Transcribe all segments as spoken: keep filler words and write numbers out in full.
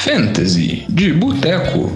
Fantasy de Boteco.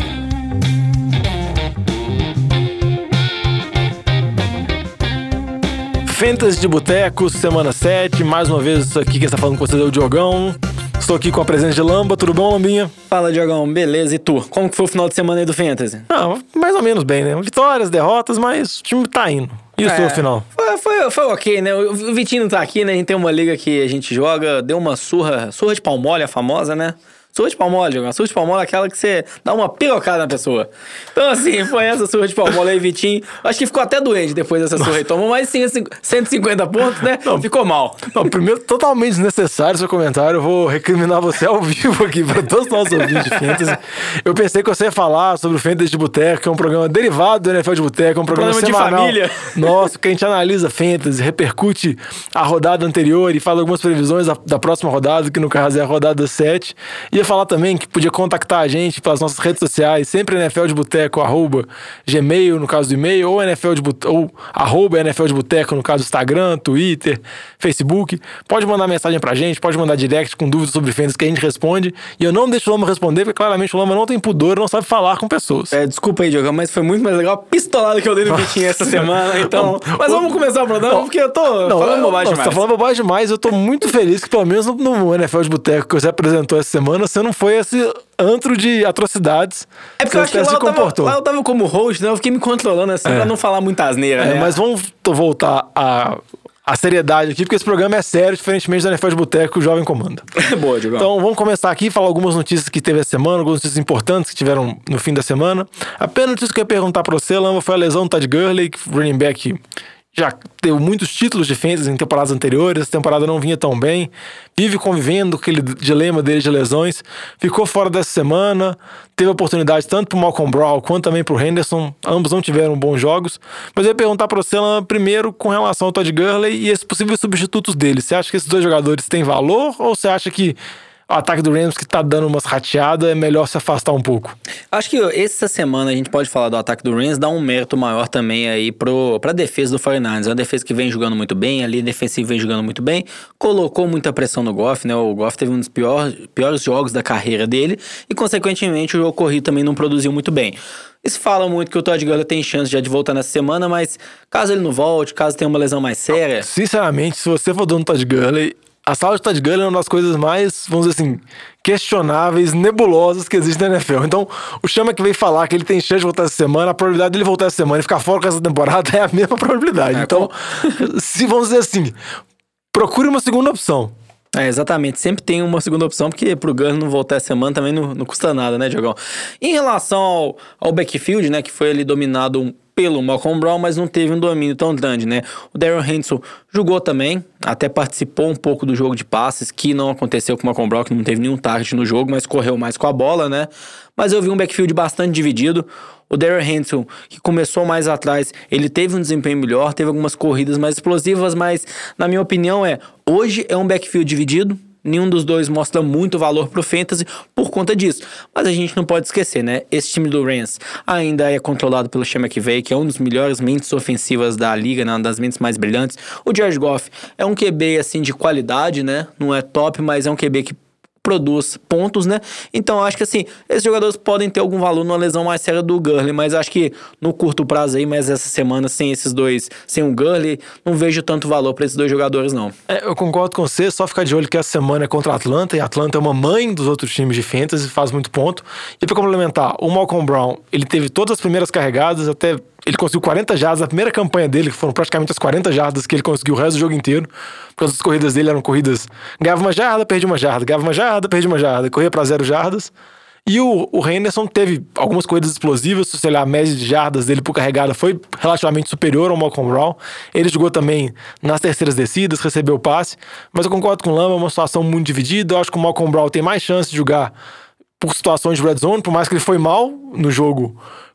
Fantasy de Boteco, semana sete. Mais uma vez, isso aqui que está falando com vocês é o Diogão. Estou aqui com a presença de Lamba. Tudo bom, Lambinha? Fala, Diogão. Beleza. E tu? Como que foi o final de semana aí do Fantasy? Não, mais ou menos bem, né? Vitórias, derrotas, mas o time tá indo. E o é, seu final? Foi, foi, foi ok, né? O Vitinho não tá aqui, né? A gente tem uma liga que a gente joga, deu uma surra, surra de palmole, a famosa, né? Surra de palmole, Diogão. Surra de palmole é aquela que você dá uma pirocada na pessoa. Então, assim, foi essa surra de palmole aí, Vitinho. Acho que ficou até doente depois dessa surra aí. Tomou mais de cento e cinquenta pontos, né? Não, ficou mal. Não, primeiro, totalmente desnecessário seu comentário. Eu vou recriminar você ao vivo aqui para todos os nossos ouvintes de Fantasy. Eu pensei que você ia falar sobre o Fantasy de Boteco, que é um programa derivado do N F L de Boteco, é um programa, programa semanal. de família. Nossa, que a gente analisa Fantasy, repercute a rodada anterior e fala algumas previsões da, da próxima rodada, que no caso é a rodada sete. Ia falar também que podia contactar a gente pelas nossas redes sociais, sempre N F L de Boteco, arroba Gmail, no caso do e-mail, ou N F L de Boteco, ou arroba N F L de Boteco, no caso do Instagram, Twitter, Facebook. Pode mandar mensagem pra gente, pode mandar direct com dúvidas sobre Fantasy que a gente responde. E eu não deixo o Lama responder, porque claramente o Lama não tem pudor, não sabe falar com pessoas. É, desculpa aí, Diogão, mas foi muito mais legal a pistolada que eu dei no Vitinho essa semana, então... Não, mas vamos começar o programa, não, porque eu tô não, falando bobagem não, demais. Você tá falando bobagem demais, eu tô muito feliz que pelo menos no, no N F L de Boteco que você apresentou essa semana, você não foi esse antro de atrocidades. É porque eu acho que lá eu, tava, lá eu tava como host, né? Eu fiquei me controlando assim é. pra não falar muita asneira, é, né? Mas vamos voltar a... a seriedade aqui, porque esse programa é sério, diferentemente da N F L de Boteco, que o jovem comanda. Boa, Diogão. Então vamos começar aqui e falar algumas notícias que teve essa semana, algumas notícias importantes que tiveram no fim da semana. A primeira notícia que eu ia perguntar pra você, Lamba, foi a lesão do Todd Gurley, que o running back já teve muitos títulos de fantasy em temporadas anteriores, essa temporada não vinha tão bem, vive convivendo com aquele dilema dele de lesões, ficou fora dessa semana, teve oportunidade tanto pro Malcolm Brown quanto também pro Henderson, ambos não tiveram bons jogos, mas eu ia perguntar pra você, Lamba, primeiro com relação ao Todd Gurley e esses possíveis substitutos dele. Você acha que esses dois jogadores têm valor ou você acha que o ataque do Rams que tá dando umas rateadas, é melhor se afastar um pouco? Acho que essa semana a gente pode falar do ataque do Rams, dá um mérito maior também aí pro, pra defesa do quarenta e nove ers. É uma defesa que vem jogando muito bem, ali defensiva vem jogando muito bem, colocou muita pressão no Goff, né? O Goff teve um dos piores, piores jogos da carreira dele e, consequentemente, o jogo corrido também não produziu muito bem. Isso fala muito que o Todd Gurley tem chance já de voltar nessa semana, mas caso ele não volte, caso tenha uma lesão mais séria... Sinceramente, se você for dono do Todd Gurley, a saúde do Todd Gurley é uma das coisas mais, vamos dizer assim, questionáveis, nebulosas que existe na N F L. Então, o Chama que veio falar que ele tem chance de voltar essa semana, a probabilidade dele voltar essa semana e ficar fora com essa temporada é a mesma probabilidade. É, então, com... se vamos dizer assim, procure uma segunda opção. É, exatamente. Sempre tem uma segunda opção, porque pro Gurley não voltar essa semana também não, não custa nada, né, Diogão? Em relação ao, ao backfield, né, que foi ali dominado um pelo Malcolm Brown, mas não teve um domínio tão grande, né? O Darrell Henderson jogou também, até participou um pouco do jogo de passes, que não aconteceu com o Malcolm Brown, que não teve nenhum target no jogo, mas correu mais com a bola, né? Mas eu vi um backfield bastante dividido. O Darrell Henderson, que começou mais atrás, ele teve um desempenho melhor, teve algumas corridas mais explosivas, mas, na minha opinião, é hoje é um backfield dividido. Nenhum dos dois mostra muito valor pro Fantasy por conta disso. Mas a gente não pode esquecer, né? Esse time do Rams ainda é controlado pelo Sean McVay, que é um dos melhores mentes ofensivas da liga, né? Uma das mentes mais brilhantes. O Jared Goff é um Q B, assim, de qualidade, né? Não é top, mas é um Q B que produz pontos, né? Então acho que assim, esses jogadores podem ter algum valor numa lesão mais séria do Gurley, mas acho que no curto prazo aí, mas essa semana sem esses dois, sem o Gurley, não vejo tanto valor para esses dois jogadores não. É, eu concordo com você, só ficar de olho que essa semana é contra a Atlanta, e a Atlanta é uma mãe dos outros times de fantasy, faz muito ponto. E para complementar, o Malcolm Brown, ele teve todas as primeiras carregadas, até ele conseguiu quarenta jardas na primeira campanha dele, que foram praticamente as quarenta jardas que ele conseguiu o resto do jogo inteiro, porque as corridas dele eram corridas, ganhava uma jarda, perdia uma jarda, ganhava uma jarda, perdia uma jarda, corria para zero jardas. E o, o Henderson teve algumas corridas explosivas, sei lá, a média de jardas dele por carregada foi relativamente superior ao Malcolm Brown. Ele jogou também nas terceiras descidas, recebeu o passe, mas eu concordo com o Lamba, é uma situação muito dividida. Eu acho que o Malcolm Brown tem mais chance de jogar por situações de red zone, por mais que ele foi mal no jogo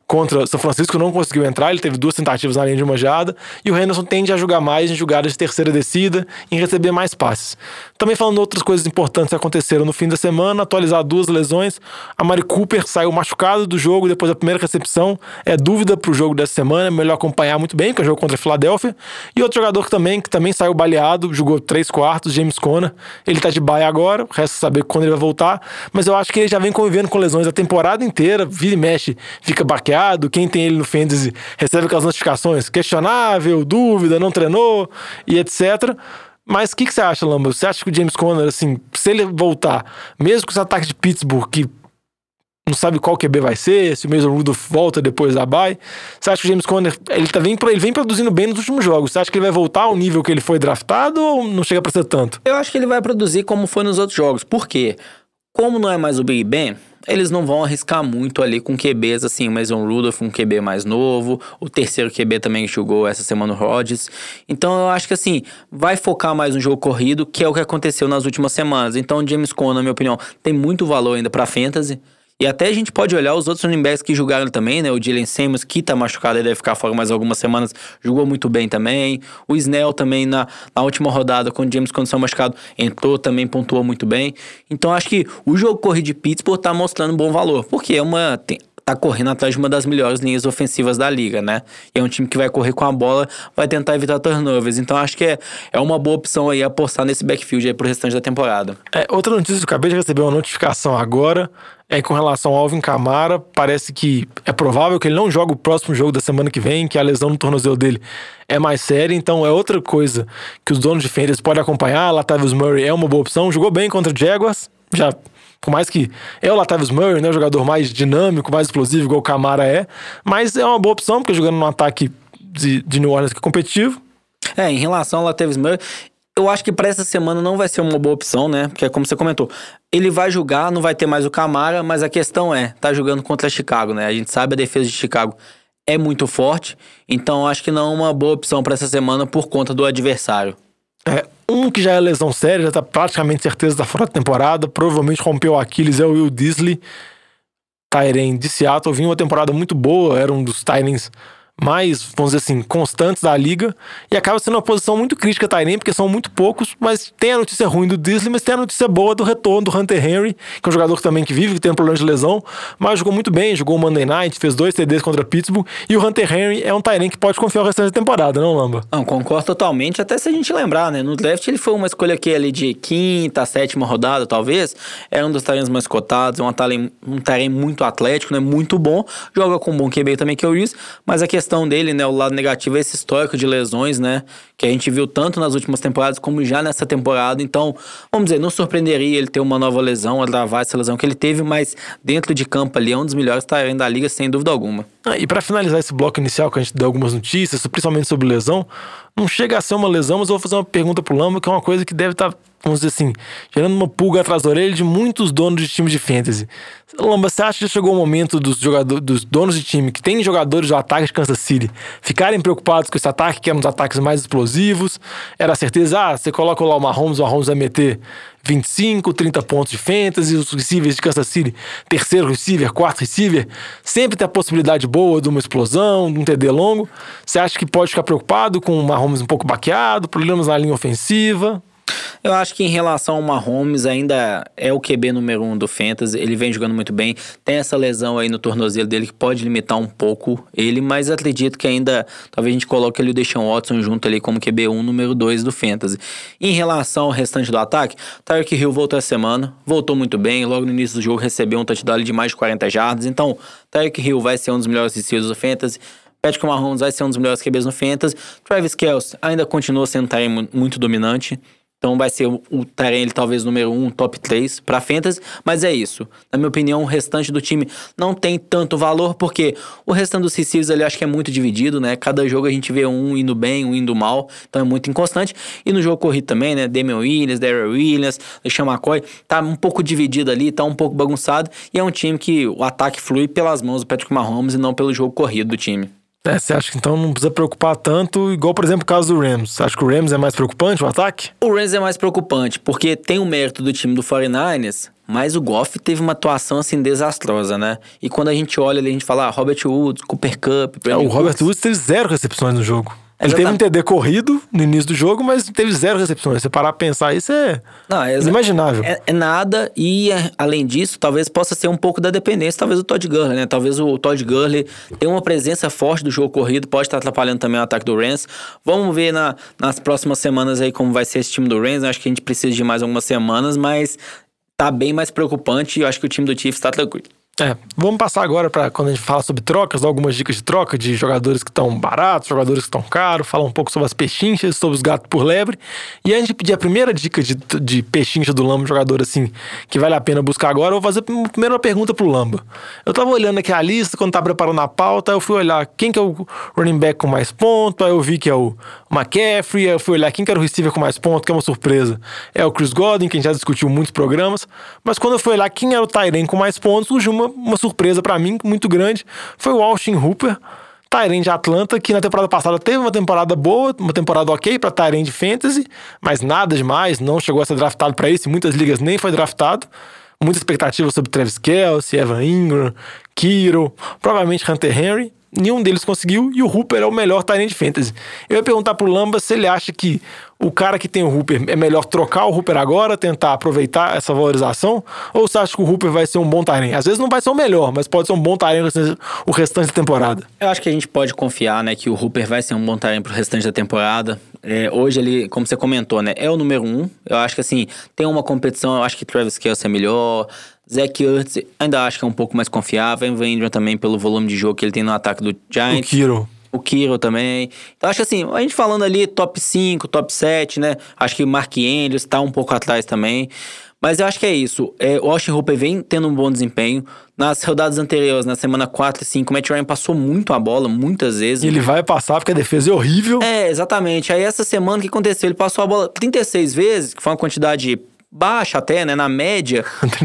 contra o São Francisco, não conseguiu entrar, ele teve duas tentativas na linha de uma jarda, e o Henderson tende a jogar mais em jogadas de terceira descida, em receber mais passes. Também falando outras coisas importantes que aconteceram no fim da semana, atualizar duas lesões, a Mari Cooper saiu machucado do jogo depois da primeira recepção, é dúvida pro jogo dessa semana, é melhor acompanhar muito bem, porque é o jogo contra a Filadélfia, e outro jogador que também, que também saiu baleado, jogou três quartos, James Conner, ele tá de bye agora, resta saber quando ele vai voltar, mas eu acho que ele já vem convivendo com lesões a temporada inteira, vira e mexe, fica baqueado. Quem tem ele no Fantasy recebe aquelas notificações questionável, dúvida, não treinou e etcétera. Mas o que, que você acha, Lamba? Você acha que o James Conner, assim, se ele voltar, mesmo com esse ataque de Pittsburgh, que não sabe qual Q B vai ser, se o Mason Rudolph volta depois da bye, você acha que o James Conner, ele, tá vem, ele vem produzindo bem nos últimos jogos, você acha que ele vai voltar ao nível que ele foi draftado ou não chega pra ser tanto? Eu acho que ele vai produzir como foi nos outros jogos. Por quê? Como não é mais o Big Ben, eles não vão arriscar muito ali com Q Bs, assim, o Mason Rudolph, um Q B mais novo, o terceiro Q B também que jogou essa semana, o Rodgers. Então eu acho que, assim, vai focar mais no jogo corrido, que é o que aconteceu nas últimas semanas. Então o James Conner, na minha opinião, tem muito valor ainda pra Fantasy. E até a gente pode olhar os outros running backs que jogaram também, né? O Jalen Samuels, que tá machucado, ele deve ficar fora mais algumas semanas, jogou muito bem também. O Snell também, na, na última rodada, quando o James Conner saiu machucado, entrou também, pontuou muito bem. Então acho que o jogo corrido de Pittsburgh tá mostrando bom valor, porque é uma... Tem, tá correndo atrás de uma das melhores linhas ofensivas da liga, né? E é um time que vai correr com a bola, vai tentar evitar turnovers. Então acho que é, é uma boa opção aí apostar nesse backfield aí pro restante da temporada. É, outra notícia que eu acabei de receber uma notificação agora é com relação ao Alvin Kamara. Parece que é provável que ele não jogue o próximo jogo da semana que vem, que a lesão no tornozelo dele é mais séria. Então é outra coisa que os donos de fantasy podem acompanhar. Latavius Murray é uma boa opção, jogou bem contra o Jaguars, já... Por mais que é o Latavius Murray, né, o jogador mais dinâmico, mais explosivo, igual o Kamara é. Mas é uma boa opção, porque jogando num ataque de, de New Orleans que é competitivo. É, em relação ao Latavius Murray, eu acho que pra essa semana não vai ser uma boa opção, né? Porque como você comentou, ele vai jogar, não vai ter mais o Kamara, mas a questão é, tá jogando contra Chicago, né? A gente sabe a defesa de Chicago é muito forte, então acho que não é uma boa opção pra essa semana por conta do adversário. É, um que já é lesão séria, já tá praticamente certeza da fora da temporada, provavelmente rompeu o Aquiles, é o Will Disley, tight end de Seattle. Vinha uma temporada muito boa, era um dos tight ends mais, vamos dizer assim, constantes da liga, e acaba sendo uma posição muito crítica tight end, porque são muito poucos, mas tem a notícia ruim do Disley, mas tem a notícia boa do retorno do Hunter Henry, que é um jogador também que vive tendo problemas de lesão, mas jogou muito bem, jogou o Monday Night, fez dois T Ds contra Pittsburgh, e o Hunter Henry é um tight end que pode confiar o restante da temporada, não, Lamba? Não, concordo totalmente, até se a gente lembrar, né, no draft ele foi uma escolha aqui ali de quinta, sétima rodada, talvez, é um dos tight ends mais cotados, é um tight end, um tight end muito atlético, né, muito bom, joga com um bom Q B também, que é o Reese, mas a questão dele, né, o lado negativo é esse histórico de lesões, né, que a gente viu tanto nas últimas temporadas como já nessa temporada. Então, vamos dizer, não surpreenderia ele ter uma nova lesão, agravar essa lesão que ele teve, mas dentro de campo ali é um dos melhores tight ends da liga, sem dúvida alguma. Ah, e pra finalizar esse bloco inicial, que a gente deu algumas notícias, principalmente sobre lesão, não chega a ser uma lesão, mas eu vou fazer uma pergunta pro Lamba, que é uma coisa que deve estar, tá, vamos dizer assim, gerando uma pulga atrás da orelha de muitos donos de times de fantasy. Lamba, você acha que já chegou o momento dos, jogadores, dos donos de time que tem jogadores do ataque de Kansas City ficarem preocupados com esse ataque, que é um dos ataques mais explosivos? Era a certeza, ah, você coloca lá o Mahomes, o Mahomes vai meter vinte e cinco, trinta pontos de fantasy, os receivers de Kansas City, terceiro receiver, quarto receiver, sempre tem a possibilidade boa de uma explosão, de um T D longo. Você acha que pode ficar preocupado com o Mahomes um pouco baqueado, problemas na linha ofensiva? Eu acho que em relação ao Mahomes ainda é o Q B número um do Fantasy, ele vem jogando muito bem, tem essa lesão aí no tornozelo dele que pode limitar um pouco ele, mas acredito que ainda, talvez a gente coloque ali o Deshaun Watson junto ali como Q B um, número dois do Fantasy. Em relação ao restante do ataque, Tyreek Hill voltou essa semana, voltou muito bem, logo no início do jogo recebeu um touchdown de mais de quarenta jardas, então Tyreek Hill vai ser um dos melhores receivers do Fantasy, Patrick Mahomes vai ser um dos melhores Q Bs no Fantasy, Travis Kelce ainda continua sendo um tight muito dominante, então vai ser o, o tight end talvez número um, top três para Fantasy, mas é isso. Na minha opinião, o restante do time não tem tanto valor, porque o restante dos receivers ali acho que é muito dividido, né? Cada jogo a gente vê um indo bem, um indo mal, então é muito inconstante. E no jogo corrido também, né? Damian Williams, Darrell Williams, LeSean McCoy, tá um pouco dividido ali, tá um pouco bagunçado, e é um time que o ataque flui pelas mãos do Patrick Mahomes e não pelo jogo corrido do time. É, você acha que então não precisa preocupar tanto, igual, por exemplo, o caso do Rams? Você acha que o Rams é mais preocupante, o ataque? O Rams é mais preocupante, porque tem o mérito do time do quarenta e nove ers, Mas o Goff teve uma atuação, assim, desastrosa, né? E quando a gente olha ali, a gente fala, ah, Robert Woods, Cooper Kupp... É, o Robert Woods teve zero recepções no jogo. Ele Exatamente. teve um T D corrido no início do jogo, mas teve zero recepções. Se parar pra pensar, isso é Não, é inimaginável. É, é nada, e é, além disso, talvez possa ser um pouco da dependência, talvez do Todd Gurley, né? Talvez o Todd Gurley tenha uma presença forte do jogo corrido, pode estar atrapalhando também o ataque do Rams. Vamos ver na, nas próximas semanas aí como vai ser esse time do Rams. Acho que a gente precisa de mais algumas semanas, mas tá bem mais preocupante e eu acho que o time do Chiefs tá tranquilo. É, vamos passar agora para quando a gente fala sobre trocas, dar algumas dicas de troca de jogadores que estão baratos, jogadores que estão caros, falar um pouco sobre as pechinchas, sobre os gatos por lebre. E antes de pedir a primeira dica de, de pechincha do Lamba, jogador assim, que vale a pena buscar agora, eu vou fazer primeiro uma pergunta pro Lamba. Eu tava olhando aqui a lista, quando tava preparando a pauta, eu fui olhar quem que é o running back com mais pontos, aí eu vi que é o McCaffrey, aí eu fui olhar quem que era o receiver com mais pontos, que é uma surpresa. É o Chris Godwin, que a gente já discutiu em muitos programas, mas quando eu fui olhar quem era o tight end com mais pontos, surgiu uma Uma surpresa pra mim, muito grande, foi o Austin Hooper, tight end de Atlanta, que na temporada passada teve uma temporada boa, uma temporada ok pra tight end de fantasy, mas nada demais, não chegou a ser draftado pra isso, em muitas ligas nem foi draftado. Muita expectativa sobre Travis Kelce, Evan Ingram, Kittle, provavelmente Hunter Henry. Nenhum deles conseguiu e o Hooper é o melhor tight end de fantasy. Eu ia perguntar pro Lamba se ele acha que o cara que tem o Hooper é melhor trocar o Hooper agora, tentar aproveitar essa valorização, ou você acha que o Hooper vai ser um bom tight end? Às vezes não vai ser o melhor, mas pode ser um bom tight end o restante da temporada. Eu acho que a gente pode confiar, né, que o Hooper vai ser um bom tight end pro restante da temporada. É, hoje ele, como você comentou, né, é o número um. Eu acho que assim, tem uma competição, eu acho que Travis Kelce é melhor, Zach Ertz ainda acho que é um pouco mais confiável, Evan Ingram também pelo volume de jogo que ele tem no ataque do Giants. O Kittle. O Kittle também. Então acho que assim, a gente falando ali top cinco, top sete, né? Acho que o Mark Andrews tá um pouco atrás também. Mas eu acho que é isso. É, o Austin Hooper vem tendo um bom desempenho. Nas rodadas anteriores, na semana quatro e cinco, o Matt Ryan passou muito a bola, muitas vezes. E ele vai passar porque a defesa é horrível. É, exatamente. Aí essa semana o que aconteceu? Ele passou a bola trinta e seis vezes, que foi uma quantidade baixa até, né, na média.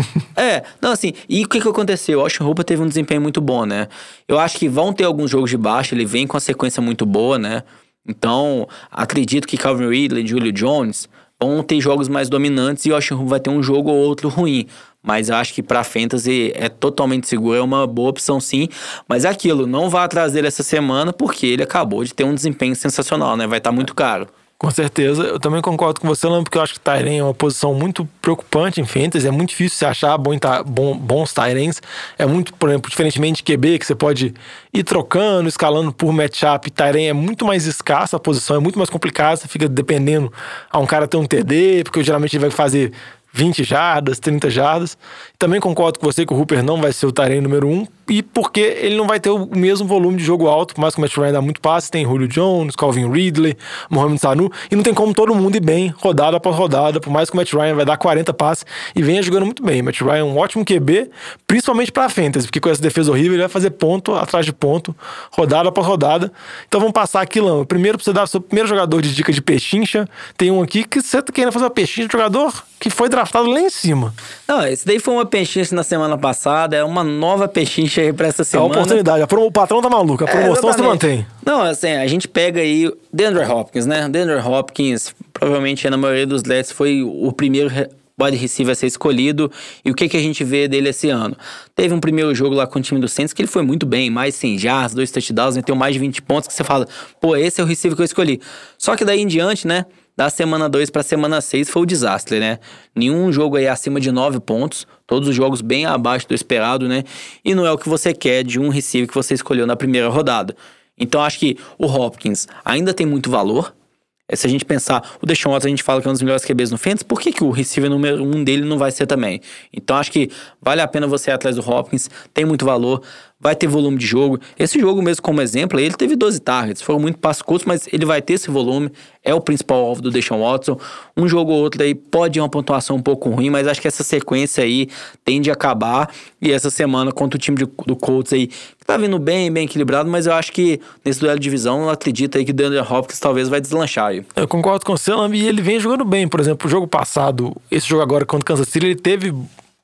É, não, assim, e o que que aconteceu? O Austin Hooper teve um desempenho muito bom, né? Eu acho que vão ter alguns jogos de baixa, ele vem com uma sequência muito boa, né? Então, acredito que Calvin Ridley e Julio Jones vão ter jogos mais dominantes e o Austin Hooper vai ter um jogo ou outro ruim. Mas eu acho que pra Fantasy é totalmente seguro, é uma boa opção sim. Mas é aquilo, não vá atrás dele essa semana porque ele acabou de ter um desempenho sensacional, né? Vai estar muito caro. Com certeza, eu também concordo com você, Lamba, porque eu acho que tight end é uma posição muito preocupante em fantasy, é muito difícil você achar bom, bom, bons tight ends, é muito, por exemplo, diferentemente de Q B, que você pode ir trocando, escalando por matchup, tight end é muito mais escassa, a posição é muito mais complicada, você fica dependendo a um cara ter um T D, porque geralmente ele vai fazer vinte jardas, trinta jardas. Também concordo com você que o Hooper não vai ser o tight end número um, e porque ele não vai ter o mesmo volume de jogo alto, por mais que o Matt Ryan dá muito passe, tem Julio Jones, Calvin Ridley, Mohamed Sanu, e não tem como todo mundo ir bem, rodada após rodada, por mais que o Matt Ryan vai dar quarenta passes e venha jogando muito bem. O Matt Ryan é um ótimo Q B, principalmente pra fantasy, porque com essa defesa horrível ele vai fazer ponto atrás de ponto, rodada após rodada. Então vamos passar aqui, Lama. Primeiro, pra você dar o seu primeiro jogador de dica de pechincha, tem um aqui que você tá querendo fazer uma pechincha de jogador que foi draftado lá em cima. Não, esse daí foi uma pechincha na semana passada, é uma nova pechincha aí pra essa semana. É uma oportunidade, a promo, o patrão tá maluco, a promoção é, se mantém. Não, assim, a gente pega aí o DeAndre Hopkins, né? DeAndre Hopkins, provavelmente na maioria dos drafts, foi o primeiro wide receiver a ser escolhido. E o que, que a gente vê dele esse ano? Teve um primeiro jogo lá com o time do Saints que ele foi muito bem, mais cem jardas, dois touchdowns, meteu mais de vinte pontos, que você fala, pô, esse é o receiver que eu escolhi. Só que daí em diante, né? Da semana dois pra semana seis foi o desastre, né? Nenhum jogo aí acima de nove pontos. Todos os jogos bem abaixo do esperado, né? E não é o que você quer de um receiver que você escolheu na primeira rodada. Então acho que o Hopkins ainda tem muito valor. Se a gente pensar, o Deshaun Watson a gente fala que é um dos melhores Q Bs no fantasy, por que, que o receiver número um dele não vai ser também? Então acho que vale a pena você ir atrás do Hopkins, tem muito valor, vai ter volume de jogo. Esse jogo mesmo como exemplo, ele teve doze targets, foram muito passos curtos, mas ele vai ter esse volume, é o principal alvo do Deshaun Watson. Um jogo ou outro aí pode ir uma pontuação um pouco ruim, mas acho que essa sequência aí tende a acabar, e essa semana contra o time de, do Colts aí, que tá vindo bem, bem equilibrado, mas eu acho que nesse duelo de divisão, eu acredito aí que o DeAndre Hopkins talvez vai deslanchar aí. Eu concordo com você, Lambi, e ele vem jogando bem. Por exemplo, o jogo passado, esse jogo agora contra o Kansas City, ele teve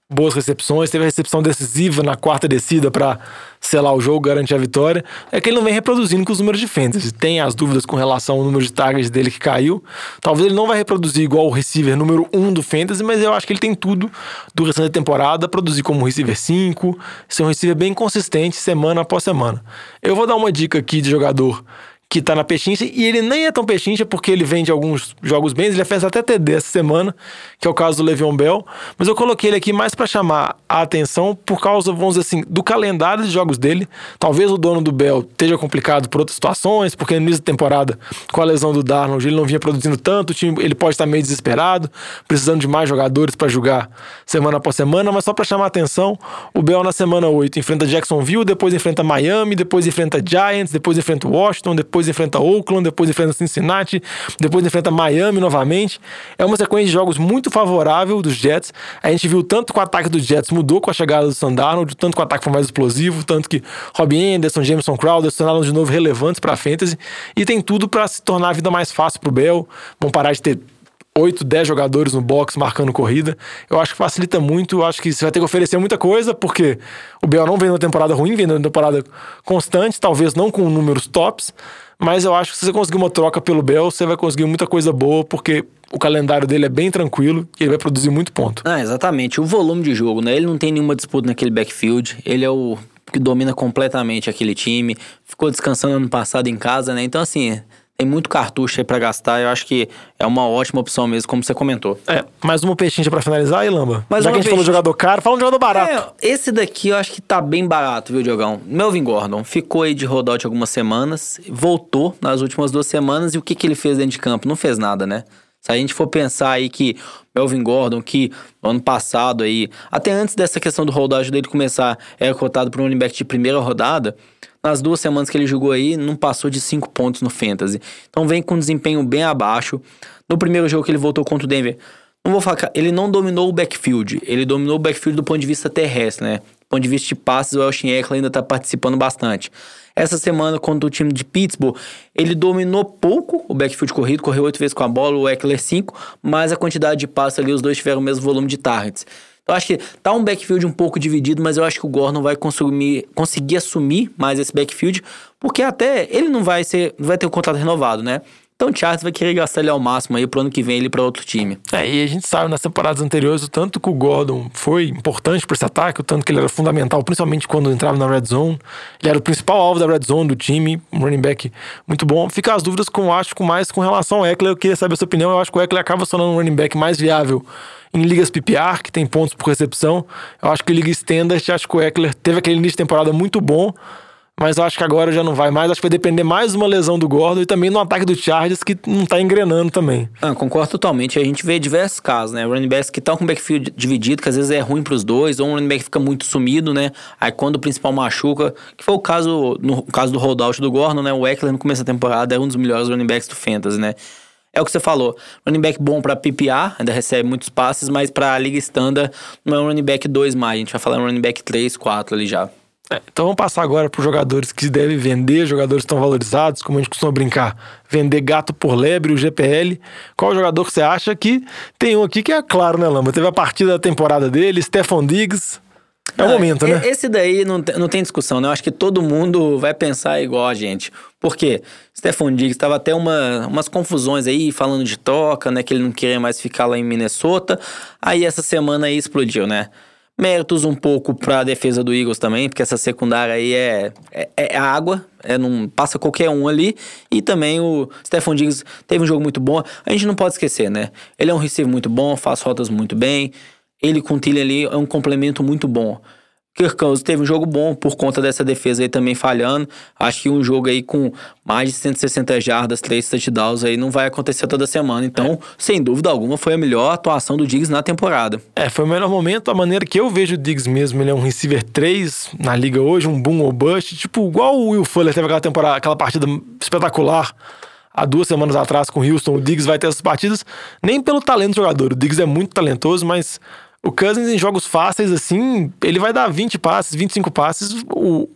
boas recepções, teve a recepção decisiva na quarta descida para selar o jogo, garantir a vitória. É que ele não vem reproduzindo com os números de fantasy. Tem as dúvidas com relação ao número de targets dele que caiu. Talvez ele não vai reproduzir igual o receiver número um do fantasy, mas eu acho que ele tem tudo do restante da temporada, produzir como receiver cinco, ser um receiver bem consistente semana após semana. Eu vou dar uma dica aqui de jogador que tá na pechincha, e ele nem é tão pechincha porque ele vem de alguns jogos bens, ele fez até T D essa semana, que é o caso do Le'Veon Bell, mas eu coloquei ele aqui mais pra chamar a atenção por causa, vamos dizer assim, do calendário de jogos dele. Talvez o dono do Bell esteja complicado por outras situações, porque no início da temporada, com a lesão do Darnold, ele não vinha produzindo tanto, o time, ele pode estar meio desesperado, precisando de mais jogadores pra jogar semana após semana, mas só pra chamar a atenção, o Bell na semana oito enfrenta Jacksonville, depois enfrenta Miami, depois enfrenta Giants, depois enfrenta Washington, depois depois enfrenta Oakland, depois enfrenta Cincinnati, depois enfrenta Miami novamente. É uma sequência de jogos muito favorável dos Jets. A gente viu tanto que o ataque dos Jets mudou com a chegada do Sam Darnold, tanto que o ataque foi mais explosivo, tanto que Robbie Anderson, Jameson Crowder se tornaram de novo relevantes para a fantasy, e tem tudo para se tornar a vida mais fácil pro Bell. Vão parar de ter oito, dez jogadores no box marcando corrida. Eu acho que facilita muito. Eu acho que você vai ter que oferecer muita coisa, porque o Bell não vem numa temporada ruim, vem numa temporada constante, talvez não com números tops, mas eu acho que se você conseguir uma troca pelo Bell, você vai conseguir muita coisa boa, porque o calendário dele é bem tranquilo e ele vai produzir muito ponto. Ah, exatamente. O volume de jogo, né? Ele não tem nenhuma disputa naquele backfield. Ele é o que domina completamente aquele time. Ficou descansando ano passado em casa, né? Então, assim, tem muito cartucho aí pra gastar. Eu acho que é uma ótima opção mesmo, como você comentou. É, mais uma peixinha pra finalizar aí, Lamba? Mais Já que a gente peixinha. falou de jogador caro, fala um jogador barato. É, esse daqui eu acho que tá bem barato, viu, Diogão? Melvin Gordon ficou aí de holdout algumas semanas, voltou nas últimas duas semanas, e o que, que ele fez dentro de campo? Não fez nada, né? Se a gente for pensar aí que Melvin Gordon, que no ano passado aí, até antes dessa questão do holdout dele começar, era cotado para um running back de primeira rodada, nas duas semanas que ele jogou aí, não passou de cinco pontos no fantasy. Então vem com um desempenho bem abaixo. No primeiro jogo que ele voltou contra o Denver, não vou falar, ele não dominou o backfield, ele dominou o backfield do ponto de vista terrestre, né? Do ponto de vista de passes, o Austin Ekeler ainda tá participando bastante. Essa semana, contra o time de Pittsburgh, ele dominou pouco o backfield corrido, correu oito vezes com a bola, o Ekeler cinco, mas a quantidade de passes ali, os dois tiveram o mesmo volume de targets. Então, acho que tá um backfield um pouco dividido, mas eu acho que o Gordon vai consumir, conseguir assumir mais esse backfield, porque até ele não vai ser, não vai ter o contrato renovado, né? Então o Chargers vai querer gastar ele ao máximo aí pro ano que vem ele para outro time. É, e a gente sabe nas temporadas anteriores o tanto que o Gordon foi importante para esse ataque, o tanto que ele era fundamental, principalmente quando entrava na red zone. Ele era o principal alvo da red zone do time, um running back muito bom. Fica as dúvidas com, acho, com mais com relação ao Ekeler. Eu queria saber a sua opinião. Eu acho que o Ekeler acaba se tornando um running back mais viável em ligas P P R, que tem pontos por recepção. Eu acho que em liga standard, acho que o Ekeler teve aquele início de temporada muito bom, mas eu acho que agora já não vai mais. Acho que vai depender mais de uma lesão do Gordon e também no ataque do Chargers, que não tá engrenando também. Ah, concordo totalmente. A gente vê diversos casos, né? Running backs que estão com o backfield dividido, que às vezes é ruim pros dois, ou um running back fica muito sumido, né? Aí quando o principal machuca, que foi o caso, no caso do holdout do Gordon, né? O Ekeler no começo da temporada é um dos melhores running backs do Fantasy, né? É o que você falou, running back bom pra P P R, ainda recebe muitos passes, mas pra liga standard não é um running back dois mais, a gente vai falar um running back três, quatro ali já. É, então vamos passar agora para os jogadores que se devem vender, jogadores que estão valorizados, como a gente costuma brincar, vender gato por lebre, o G P L. Qual jogador que você acha que tem um aqui que é claro, né, Lamba? Teve a partida da temporada dele, Stephon Diggs. É o momento, né? Esse daí não tem, não tem discussão, né? Eu acho que todo mundo vai pensar igual a gente. Por quê? Stephon Diggs tava até uma, umas confusões aí, falando de troca, né? Que ele não queria mais ficar lá em Minnesota. Aí essa semana aí explodiu, né? Méritos um pouco pra defesa do Eagles também, porque essa secundária aí é, é, é água, é, não passa qualquer um ali. E também o Stephon Diggs teve um jogo muito bom. A gente não pode esquecer, né? Ele é um receiver muito bom, faz rotas muito bem. Ele com o Thielen ali é um complemento muito bom. Kirk Cousins teve um jogo bom por conta dessa defesa aí também falhando. Acho que um jogo aí com mais de cento e sessenta jardas, três touchdowns aí não vai acontecer toda semana. Então, é. sem dúvida alguma, foi a melhor atuação do Diggs na temporada. É, foi o melhor momento. A maneira que eu vejo o Diggs mesmo, ele é um receiver três na liga hoje, um boom ou bust. Tipo, igual o Will Fuller teve aquela temporada, aquela partida espetacular há duas semanas atrás com o Houston. O Diggs vai ter essas partidas, nem pelo talento do jogador. O Diggs é muito talentoso, mas o Cousins em jogos fáceis, assim, ele vai dar vinte passes, vinte e cinco passes. O,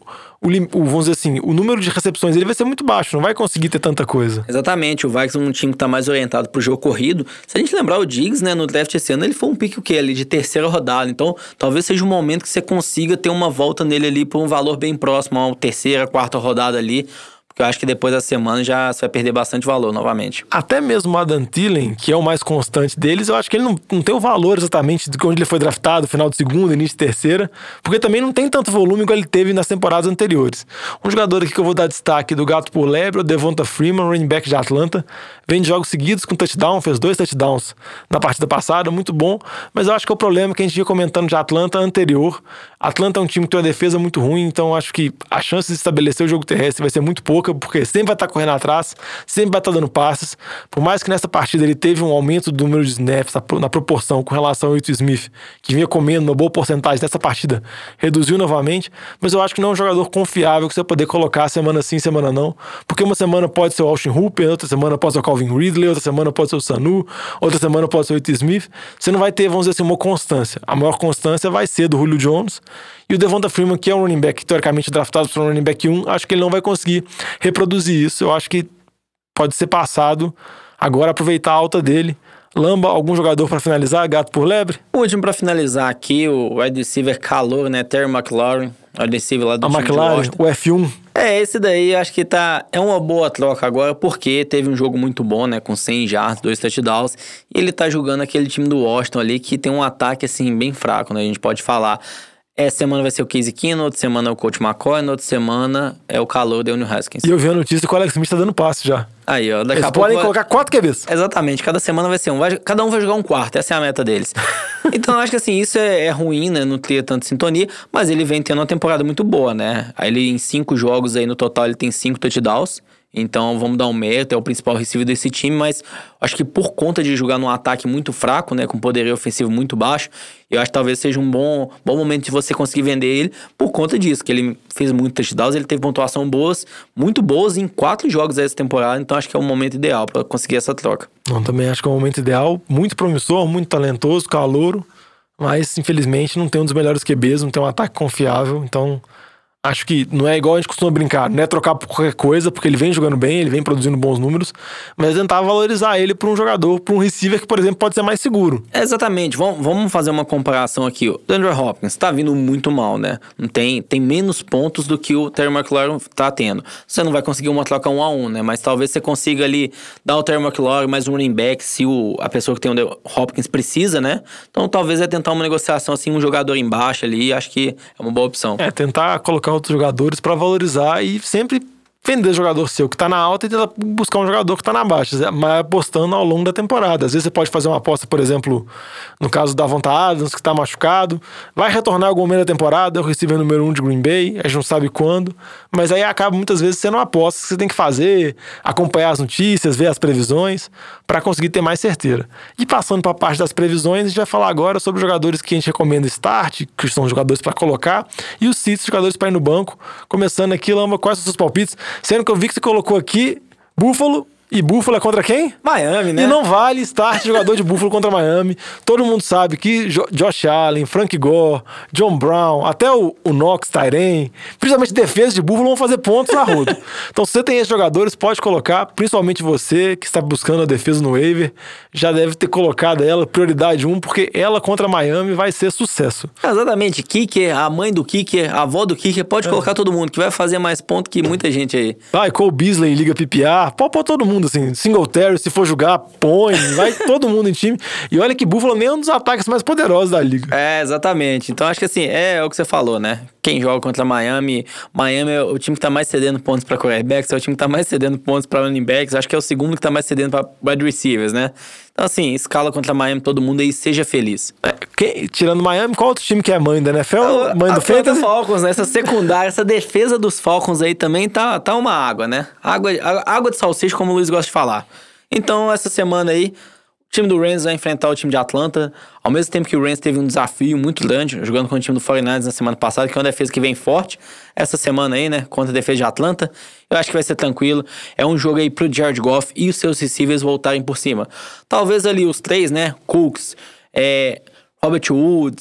o, o, vamos dizer assim, o número de recepções ele vai ser muito baixo, não vai conseguir ter tanta coisa. Exatamente, o Vikings é um time que tá mais orientado pro jogo corrido. Se a gente lembrar o Diggs, né, no draft esse ano, ele foi um pique o quê? Ali de terceira rodada. Então, talvez seja um momento que você consiga ter uma volta nele ali por um valor bem próximo à terceira, quarta rodada ali. Porque eu acho que depois da semana já você vai perder bastante valor novamente. Até mesmo o Adam Thielen, que é o mais constante deles, eu acho que ele não, não tem o valor exatamente de onde ele foi draftado, final de segunda, início de terceira, porque também não tem tanto volume igual ele teve nas temporadas anteriores. Um jogador aqui que eu vou dar destaque do gato por lebre, o Devonta Freeman, running back de Atlanta, vem de jogos seguidos com touchdown, fez dois touchdowns na partida passada, muito bom, mas eu acho que é o problema que a gente ia comentando de Atlanta anterior. Atlanta é um time que tem uma defesa muito ruim, então eu acho que a chance de estabelecer o jogo terrestre vai ser muito pouca, porque sempre vai estar correndo atrás, sempre vai estar dando passes. Por mais que nessa partida ele teve um aumento do número de snaps na proporção com relação ao Ito Smith, que vinha comendo uma boa porcentagem nessa partida, reduziu novamente, mas eu acho que não é um jogador confiável que você vai poder colocar semana sim, semana não, porque uma semana pode ser o Austin Hooper, outra semana pode ser o Calvin Ridley, outra semana pode ser o Sanu, outra semana pode ser o Ito Smith. Você não vai ter, vamos dizer assim, uma constância. A maior constância vai ser do Julio Jones. E o Devonta Freeman, que é um running back teoricamente draftado para um running back um, acho que ele não vai conseguir reproduzir isso. Eu acho que pode ser passado. Agora aproveitar a alta dele. Lamba, algum jogador para finalizar? Gato por lebre? O último para finalizar aqui, o wide receiver calor, né? Terry McLaurin, wide receiver lá do a time McLaren, de o F um. É, esse daí acho que tá, é uma boa troca agora, porque teve um jogo muito bom, né, com cem jardas, dois touchdowns, e ele tá jogando aquele time do Washington ali, que tem um ataque, assim, bem fraco, né, a gente pode falar. Essa semana vai ser o Case Keenum, outra semana é o Colt McCoy, na outra semana é o calor Daniel Haskins. E eu vi a notícia que o Alex Smith tá dando passe já. Aí, ó, daqui Eles a pouco podem vai... colocar quatro Q Bs. Exatamente, cada semana vai ser um. Vai... Cada um vai jogar um quarto, essa é a meta deles. Então, eu acho que assim, isso é, é ruim, né? Não ter tanta sintonia, mas ele vem tendo uma temporada muito boa, né? Aí ele, em cinco jogos aí no total, ele tem cinco touchdowns. Então, vamos dar um mérito, é o principal receiver desse time, mas acho que por conta de jogar num ataque muito fraco, né, com poderio ofensivo muito baixo, eu acho que talvez seja um bom, bom momento de você conseguir vender ele por conta disso, que ele fez muito touchdowns, ele teve pontuação boas, muito boas em quatro jogos essa temporada, então acho que é o momento ideal para conseguir essa troca. Eu também acho que é o momento ideal, muito promissor, muito talentoso, calouro, mas infelizmente não tem um dos melhores Q Bs, não tem um ataque confiável, então... Acho que não é igual a gente costuma brincar, não é trocar por qualquer coisa, porque ele vem jogando bem, ele vem produzindo bons números, mas tentar valorizar ele para um jogador, para um receiver que, por exemplo, pode ser mais seguro. É, exatamente, vamos, vamos fazer uma comparação aqui. O Andrew Hopkins tá vindo muito mal, né? Não tem, tem menos pontos do que o Terry McLaurin tá tendo. Você não vai conseguir uma troca um a um, né? Mas talvez você consiga ali dar o Terry McLaurin mais um running back, se o, a pessoa que tem o Hopkins precisa, né? Então talvez é tentar uma negociação assim, um jogador embaixo ali, acho que é uma boa opção. É, tentar colocar outros jogadores para valorizar e sempre vender jogador seu que tá na alta e tentar buscar um jogador que tá na baixa, mas apostando ao longo da temporada. Às vezes você pode fazer uma aposta, por exemplo, no caso da Davante Adams, que tá machucado, vai retornar algum momento da temporada, é o receiver número um de Green Bay, a gente não sabe quando, mas aí acaba muitas vezes sendo uma aposta que você tem que fazer, acompanhar as notícias, ver as previsões, para conseguir ter mais certeira. E passando para a parte das previsões, a gente vai falar agora sobre os jogadores que a gente recomenda start, que são jogadores para colocar, e os sits, jogadores para ir no banco. Começando aqui, Lamba, quais são os seus palpites? Sendo que eu vi que você colocou aqui Buffalo, e Buffalo é contra quem? Miami, né? E não vale start jogador de Buffalo contra Miami. Todo mundo sabe que jo- Josh Allen, Frank Gore, John Brown, até o, o Knox, Tyren, principalmente defesa de Buffalo, vão fazer pontos na roda. Então, se você tem esses jogadores, pode colocar, principalmente você que está buscando a defesa no waiver, já deve ter colocado ela prioridade um, porque ela contra Miami vai ser sucesso. Exatamente, kicker, a mãe do kicker, a avó do kicker, pode é. colocar todo mundo, que vai fazer mais ponto que muita gente aí. Vai, Cole Beasley, Liga P P R, pode pôr todo mundo, assim, Singletary, se for jogar, põe, vai todo mundo em time. E olha que Buffalo nem é um dos ataques mais poderosos da liga. É, exatamente. Então acho que assim, é o que você falou, né? Quem joga contra Miami, Miami é o time que tá mais cedendo pontos pra quarterbacks, é o time que tá mais cedendo pontos pra running backs, acho que é o segundo que tá mais cedendo pra wide receivers, né? Então assim, escala contra Miami, todo mundo aí, seja feliz. É, quem, tirando Miami, qual outro time que é mãe da N F L? A, mãe a do Fantasy? Falcons, né? Essa secundária, essa defesa dos Falcons aí também tá, tá uma água, né? Água, água de salsicha, como o Luiz gosta de falar. Então, essa semana aí, o time do Rams vai enfrentar o time de Atlanta. Ao mesmo tempo que o Rams teve um desafio muito grande, jogando com o time do quarenta e nove na semana passada, que é uma defesa que vem forte. Essa semana aí, né, contra a defesa de Atlanta, eu acho que vai ser tranquilo. É um jogo aí pro Jared Goff e os seus receivers voltarem por cima. Talvez ali os três, né, Cooks, é, Robert Woods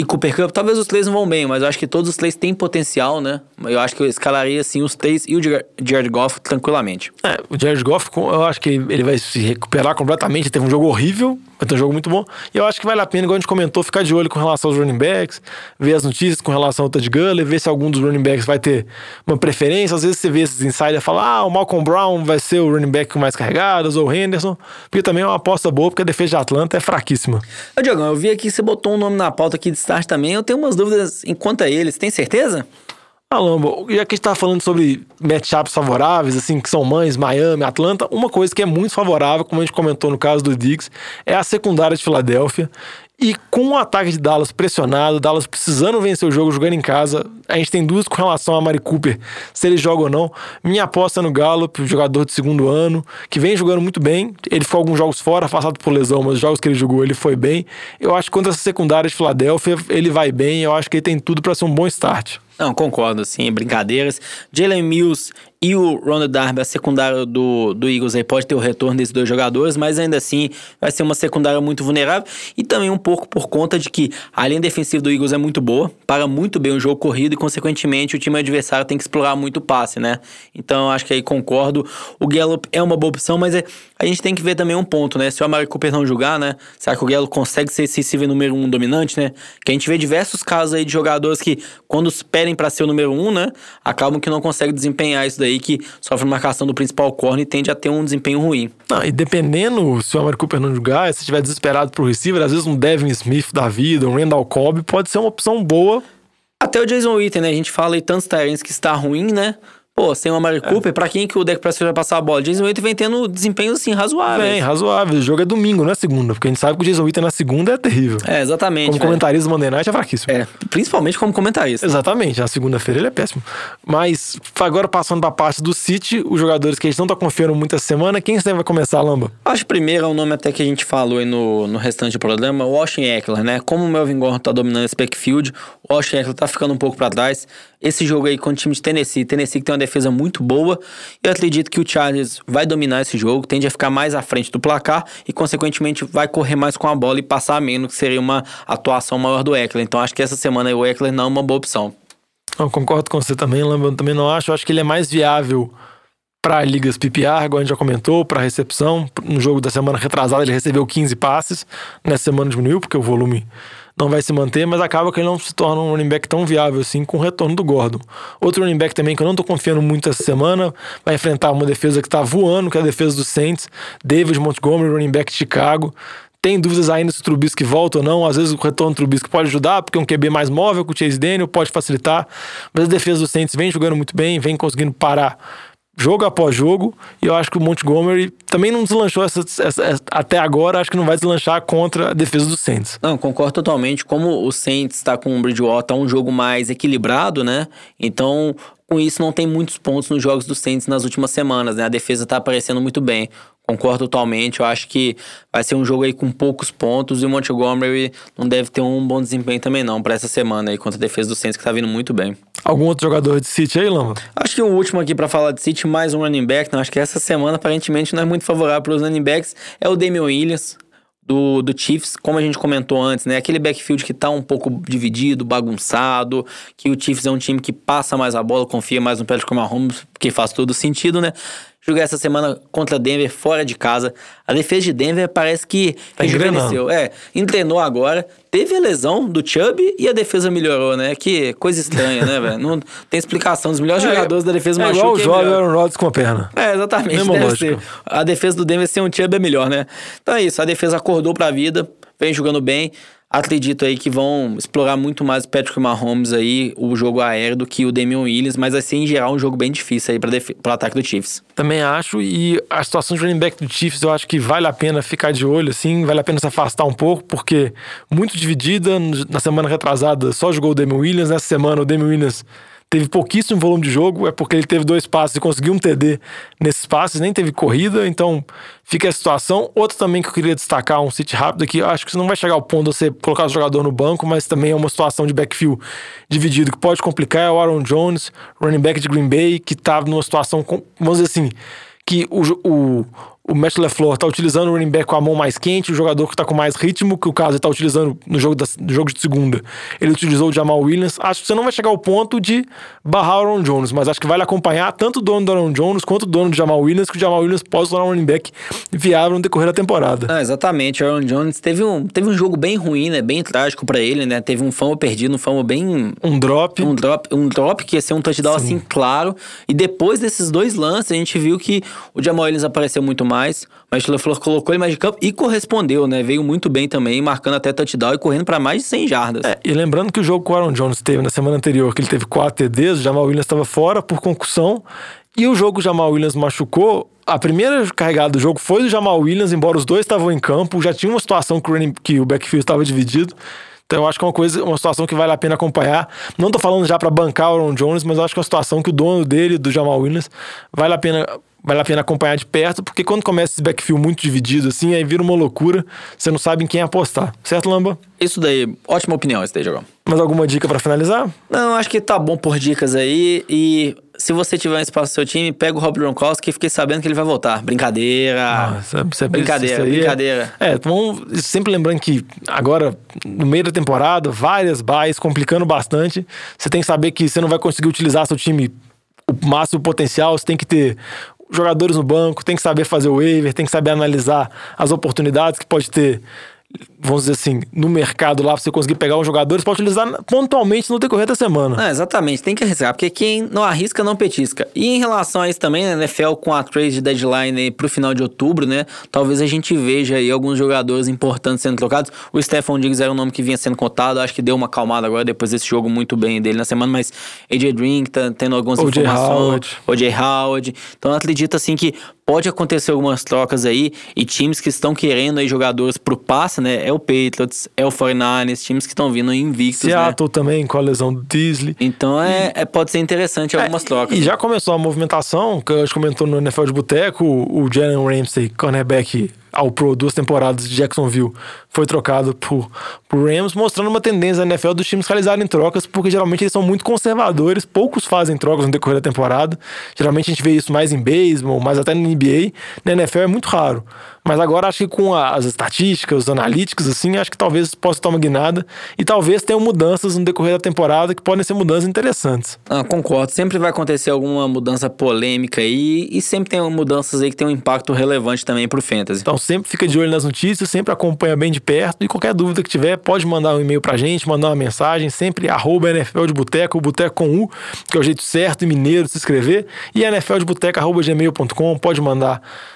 e Cooper Kupp, talvez os três não vão bem, mas eu acho que todos os três têm potencial, né? Eu acho que eu escalaria, assim, os três e o Jared Goff tranquilamente. É, o Jared Goff, eu acho que ele vai se recuperar completamente. Ele teve um jogo horrível, vai ter um jogo muito bom. E eu acho que vale a pena, igual a gente comentou, ficar de olho com relação aos running backs, ver as notícias com relação ao Todd Gurley, ver se algum dos running backs vai ter uma preferência. Às vezes você vê esses insiders e fala, ah, o Malcolm Brown vai ser o running back com mais carregadas, ou o Henderson, porque também é uma aposta boa, porque a defesa de Atlanta é fraquíssima. Ô, Diogão, eu vi aqui que você botou um nome na pauta aqui de start também. Eu tenho umas dúvidas enquanto a ele. Você tem certeza? Ah, Lambo, já que a gente tá falando sobre matchups favoráveis, assim, que são mães, Miami, Atlanta, uma coisa que é muito favorável, como a gente comentou no caso do Diggs, é a secundária de Filadélfia. E com o ataque de Dallas pressionado, Dallas precisando vencer o jogo, jogando em casa, a gente tem dúvidas com relação a Mari Cooper, se ele joga ou não. Minha aposta é no Gallup, jogador de segundo ano, que vem jogando muito bem. Ele ficou alguns jogos fora, afastado por lesão, mas os jogos que ele jogou, ele foi bem. Eu acho que contra essa secundária de Filadélfia, ele vai bem. Eu acho que ele tem tudo para ser um bom start. Não, concordo, sim, brincadeiras. Jalen Mills e o Ronald Darby, a secundária do, do Eagles, aí pode ter o retorno desses dois jogadores, mas ainda assim vai ser uma secundária muito vulnerável e também um pouco por conta de que a linha defensiva do Eagles é muito boa, para muito bem o jogo corrido e, consequentemente, o time adversário tem que explorar muito o passe, né? Então, acho que aí concordo. O Gallup é uma boa opção, mas é, a gente tem que ver também um ponto, né? Se o Amari Cooper não jogar, né? Será que o Gallup consegue ser esse receiver número um dominante, né? Que a gente vê diversos casos aí de jogadores que, quando esperem para ser o número um, né? Acabam que não conseguem desempenhar isso daí, que sofre marcação do principal corner e tende a ter um desempenho ruim. Não, e dependendo se o Amari Cooper não jogar, se estiver desesperado pro receiver, às vezes um Devin Smith da vida, um Randall Cobb, pode ser uma opção boa. Até o Jason Witten, né? A gente fala aí tantos Tyrants que está ruim, né? Pô, sem o Amari é. Cooper, pra quem que o Dak Prescott vai passar a bola? Jason Witten vem tendo desempenhos, assim, razoáveis. Vem, razoável. O jogo é domingo, não é segunda. Porque a gente sabe que o Jason Witten na segunda é terrível. É, exatamente. Como velho. comentarista do Monday Night é fraquíssimo. É, principalmente como comentarista. Exatamente. Na segunda-feira ele é péssimo. Mas, agora passando pra parte do City, os jogadores que a gente não tá confiando muito essa semana, quem você vai começar, Lamba? Acho que primeiro é um nome até que a gente falou aí no, no restante do programa, o Austin Ekeler, né? Como o Melvin Gordon tá dominando esse backfield, o Austin Ekeler tá ficando um pouco pra trás. Esse jogo aí com o time de Tennessee, Tennessee que tem uma defesa muito boa, eu acredito que o Chargers vai dominar esse jogo, tende a ficar mais à frente do placar e, consequentemente, vai correr mais com a bola e passar menos, que seria uma atuação maior do Ekeler. Então, acho que essa semana aí o Ekeler não é uma boa opção. Eu concordo com você também, Lamba, eu também não acho. Eu acho que ele é mais viável para ligas P P R, igual a gente já comentou, para recepção. No jogo da semana retrasada ele recebeu quinze passes, nessa semana diminuiu, porque o volume não vai se manter, mas acaba que ele não se torna um running back tão viável assim com o retorno do Gordon. Outro running back também que eu não tô confiando muito essa semana, vai enfrentar uma defesa que tá voando, que é a defesa dos Saints, David Montgomery, running back de Chicago. Tem dúvidas ainda se o Trubisky volta ou não. Às vezes o retorno do Trubisky pode ajudar, porque é um Q B mais móvel com o Chase Daniel, pode facilitar. Mas a defesa dos Saints vem jogando muito bem, vem conseguindo parar jogo após jogo, e eu acho que o Montgomery também não deslanchou essa, essa, essa, até agora, acho que não vai deslanchar contra a defesa dos Saints. Não, concordo totalmente. Como o Saints está com o Bridgewater, é um jogo mais equilibrado, né? Então, com isso, não tem muitos pontos nos jogos dos Saints nas últimas semanas, né? A defesa tá aparecendo muito bem. Concordo totalmente, eu acho que vai ser um jogo aí com poucos pontos e o Montgomery não deve ter um bom desempenho também não para essa semana aí contra a defesa do Saints, que tá vindo muito bem. Algum outro jogador de City aí, Lama? Acho que o último aqui para falar de City, mais um running back, não, acho que essa semana aparentemente não é muito favorável para os running backs, é o Damian Williams do, do Chiefs, como a gente comentou antes, né? Aquele backfield que tá um pouco dividido, bagunçado, que o Chiefs é um time que passa mais a bola, confia mais no Patrick Mahomes, que faz todo sentido, né? Jogar essa semana contra Denver, fora de casa. A defesa de Denver parece que tá rejuvenesceu. É, engrenou agora. Teve a lesão do Chubb e a defesa melhorou, né? Que coisa estranha, né, velho? Não tem explicação. Os melhores é, jogadores da defesa é machucam. Igual o jovem Aaron Rodgers com a perna. É, exatamente. Mesma deve lógica. ser. A defesa do Denver sem um Chubb é melhor, né? Então é isso. A defesa acordou pra vida, vem jogando bem. Acredito aí que vão explorar muito mais o Patrick Mahomes aí, o jogo aéreo, do que o Damian Williams, mas vai ser em geral um jogo bem difícil aí para def- o ataque do Chiefs. Também acho, e a situação de running back do Chiefs eu acho que vale a pena ficar de olho, assim, vale a pena se afastar um pouco, porque muito dividida, na semana retrasada só jogou o Damian Williams, nessa semana o Damian Williams teve pouquíssimo volume de jogo, é porque ele teve dois passes e conseguiu um T D nesses passes, nem teve corrida, então fica a situação. Outro também que eu queria destacar, um City rápido aqui, eu acho que isso não vai chegar ao ponto de você colocar o jogador no banco, mas também é uma situação de backfield dividido que pode complicar, é o Aaron Jones, running back de Green Bay, que tá numa situação, vamos dizer assim, que o, o, o Matt LaFleur tá utilizando o running back com a mão mais quente, o jogador que tá com mais ritmo, que o caso ele tá utilizando no jogo, da, no jogo de segunda. Ele utilizou o Jamal Williams. Acho que você não vai chegar ao ponto de barrar o Aaron Jones, mas acho que vale acompanhar tanto o dono do Aaron Jones quanto o dono do Jamal Williams, que o Jamal Williams pode tornar um running back viável no decorrer da temporada. Ah, exatamente. O Aaron Jones teve um, teve um jogo bem ruim, né? Bem trágico pra ele, né? Teve um fumble perdido, um fumble bem... Um drop. Um drop, um drop que ia ser um touchdown Sim. assim, claro. E depois desses dois lances, a gente viu que o Jamal Williams apareceu muito mais. Mas o LaFleur colocou ele mais de campo e correspondeu, né? Veio muito bem também, marcando até touchdown e correndo pra mais de cem jardas. É, e lembrando que o jogo que o Aaron Jones teve na semana anterior, que ele teve quatro T Ds, o Jamal Williams estava fora por concussão. E o jogo que o Jamal Williams machucou, a primeira carregada do jogo foi do Jamal Williams, embora os dois estavam em campo. Já tinha uma situação que o, running, que o backfield estava dividido. Então eu acho que é uma coisa, uma situação que vale a pena acompanhar. Não tô falando já para bancar o Aaron Jones, mas eu acho que é uma situação que o dono dele, do Jamal Williams, vale a pena, vale a pena acompanhar de perto, porque quando começa esse backfield muito dividido assim, aí vira uma loucura, você não sabe em quem apostar. Certo, Lamba? Isso daí, ótima opinião esse daí, Jogão. Mais alguma dica para finalizar? Não, acho que tá bom por dicas aí. E se você tiver um espaço no seu time, pega o Rob Gronkowski e fiquei sabendo que ele vai voltar. Brincadeira. Nossa, isso é, brincadeira, isso aí brincadeira. É, é então, sempre lembrando que agora, no meio da temporada, várias buys, complicando bastante. Você tem que saber que você não vai conseguir utilizar seu time o máximo potencial, você tem que ter jogadores no banco, tem que saber fazer o waiver, tem que saber analisar as oportunidades que pode ter, vamos dizer assim, no mercado lá pra você conseguir pegar os jogadores, pode utilizar pontualmente no decorrer da semana. Ah, exatamente, tem que arriscar, porque quem não arrisca não petisca. E em relação a isso também, né, N F L com a trade deadline aí pro final de outubro, né, talvez a gente veja aí alguns jogadores importantes sendo trocados. O Stephon Diggs era um nome que vinha sendo cotado, acho que deu uma acalmada agora depois desse jogo muito bem dele na semana, mas A J Drink tá tendo algumas O J. informações, Howard. O J. Howard, então eu acredito assim que pode acontecer algumas trocas aí, e times que estão querendo aí jogadores pro passe, né, é o Patriots, é o quarenta e nove ers, times que estão vindo invictos, Seattle, né? também, com a lesão do Disley. Então é, é, pode ser interessante algumas É, trocas. E já começou a movimentação, que a gente comentou no N F L de Boteco, o Jalen Ramsey, cornerback ao Pro, duas temporadas de Jacksonville, foi trocado por, por Rams, mostrando uma tendência da N F L dos times realizarem trocas, porque geralmente eles são muito conservadores, poucos fazem trocas no decorrer da temporada. Geralmente a gente vê isso mais em beisebol, mais até na N B A. Na N F L é muito raro. Mas agora acho que com a, as estatísticas, os analíticos, assim, acho que talvez possa tomar uma guinada e talvez tenham mudanças no decorrer da temporada que podem ser mudanças interessantes. Ah, concordo. Sempre vai acontecer alguma mudança polêmica aí, e sempre tem mudanças aí que tem um impacto relevante também pro Fantasy. Então sempre fica de olho nas notícias, sempre acompanha bem de perto, e qualquer dúvida que tiver, pode mandar um e-mail pra gente, mandar uma mensagem, sempre arroba N F L de Boteco, Boteco com U, que é o jeito certo e mineiro de se escrever, e N F L de Boteco arroba gmail ponto com, pode mandar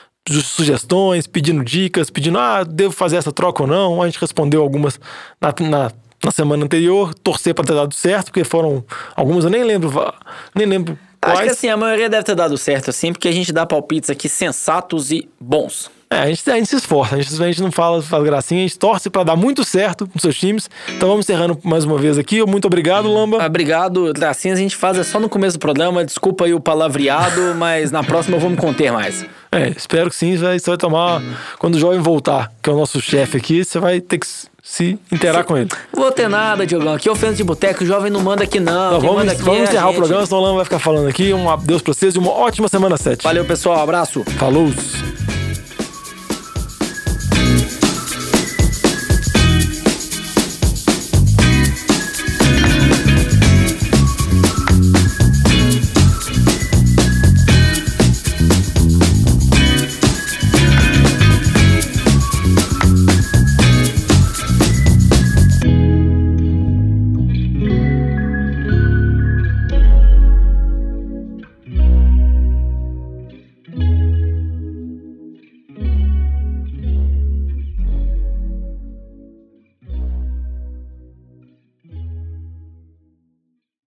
sugestões, pedindo dicas, pedindo, ah, devo fazer essa troca ou não. A gente respondeu algumas na, na, na semana anterior, torcer para ter dado certo, porque foram algumas, eu nem lembro, nem lembro quais. Acho que assim, a maioria deve ter dado certo assim, porque a gente dá palpites aqui sensatos e bons. É, a gente, a gente se esforça, a gente, a gente não fala, faz gracinha, a gente torce pra dar muito certo nos seus times. Então vamos encerrando mais uma vez aqui. Muito obrigado, Lamba. Obrigado, assim a gente faz é só no começo do programa. Desculpa aí o palavreado, mas na próxima eu vou me conter mais. É, espero que sim. Você vai, você vai tomar. Quando o jovem voltar, que é o nosso chefe aqui, você vai ter que se interar com ele. Não vou ter nada, Diogão. Aqui é o Fantasy de Boteco, o jovem não manda aqui não. Então, Quem vamos manda aqui vamos é a encerrar o gente. programa, senão o Lamba vai ficar falando aqui. Um adeus pra vocês e uma ótima semana sete. Valeu, pessoal. Abraço. Falou!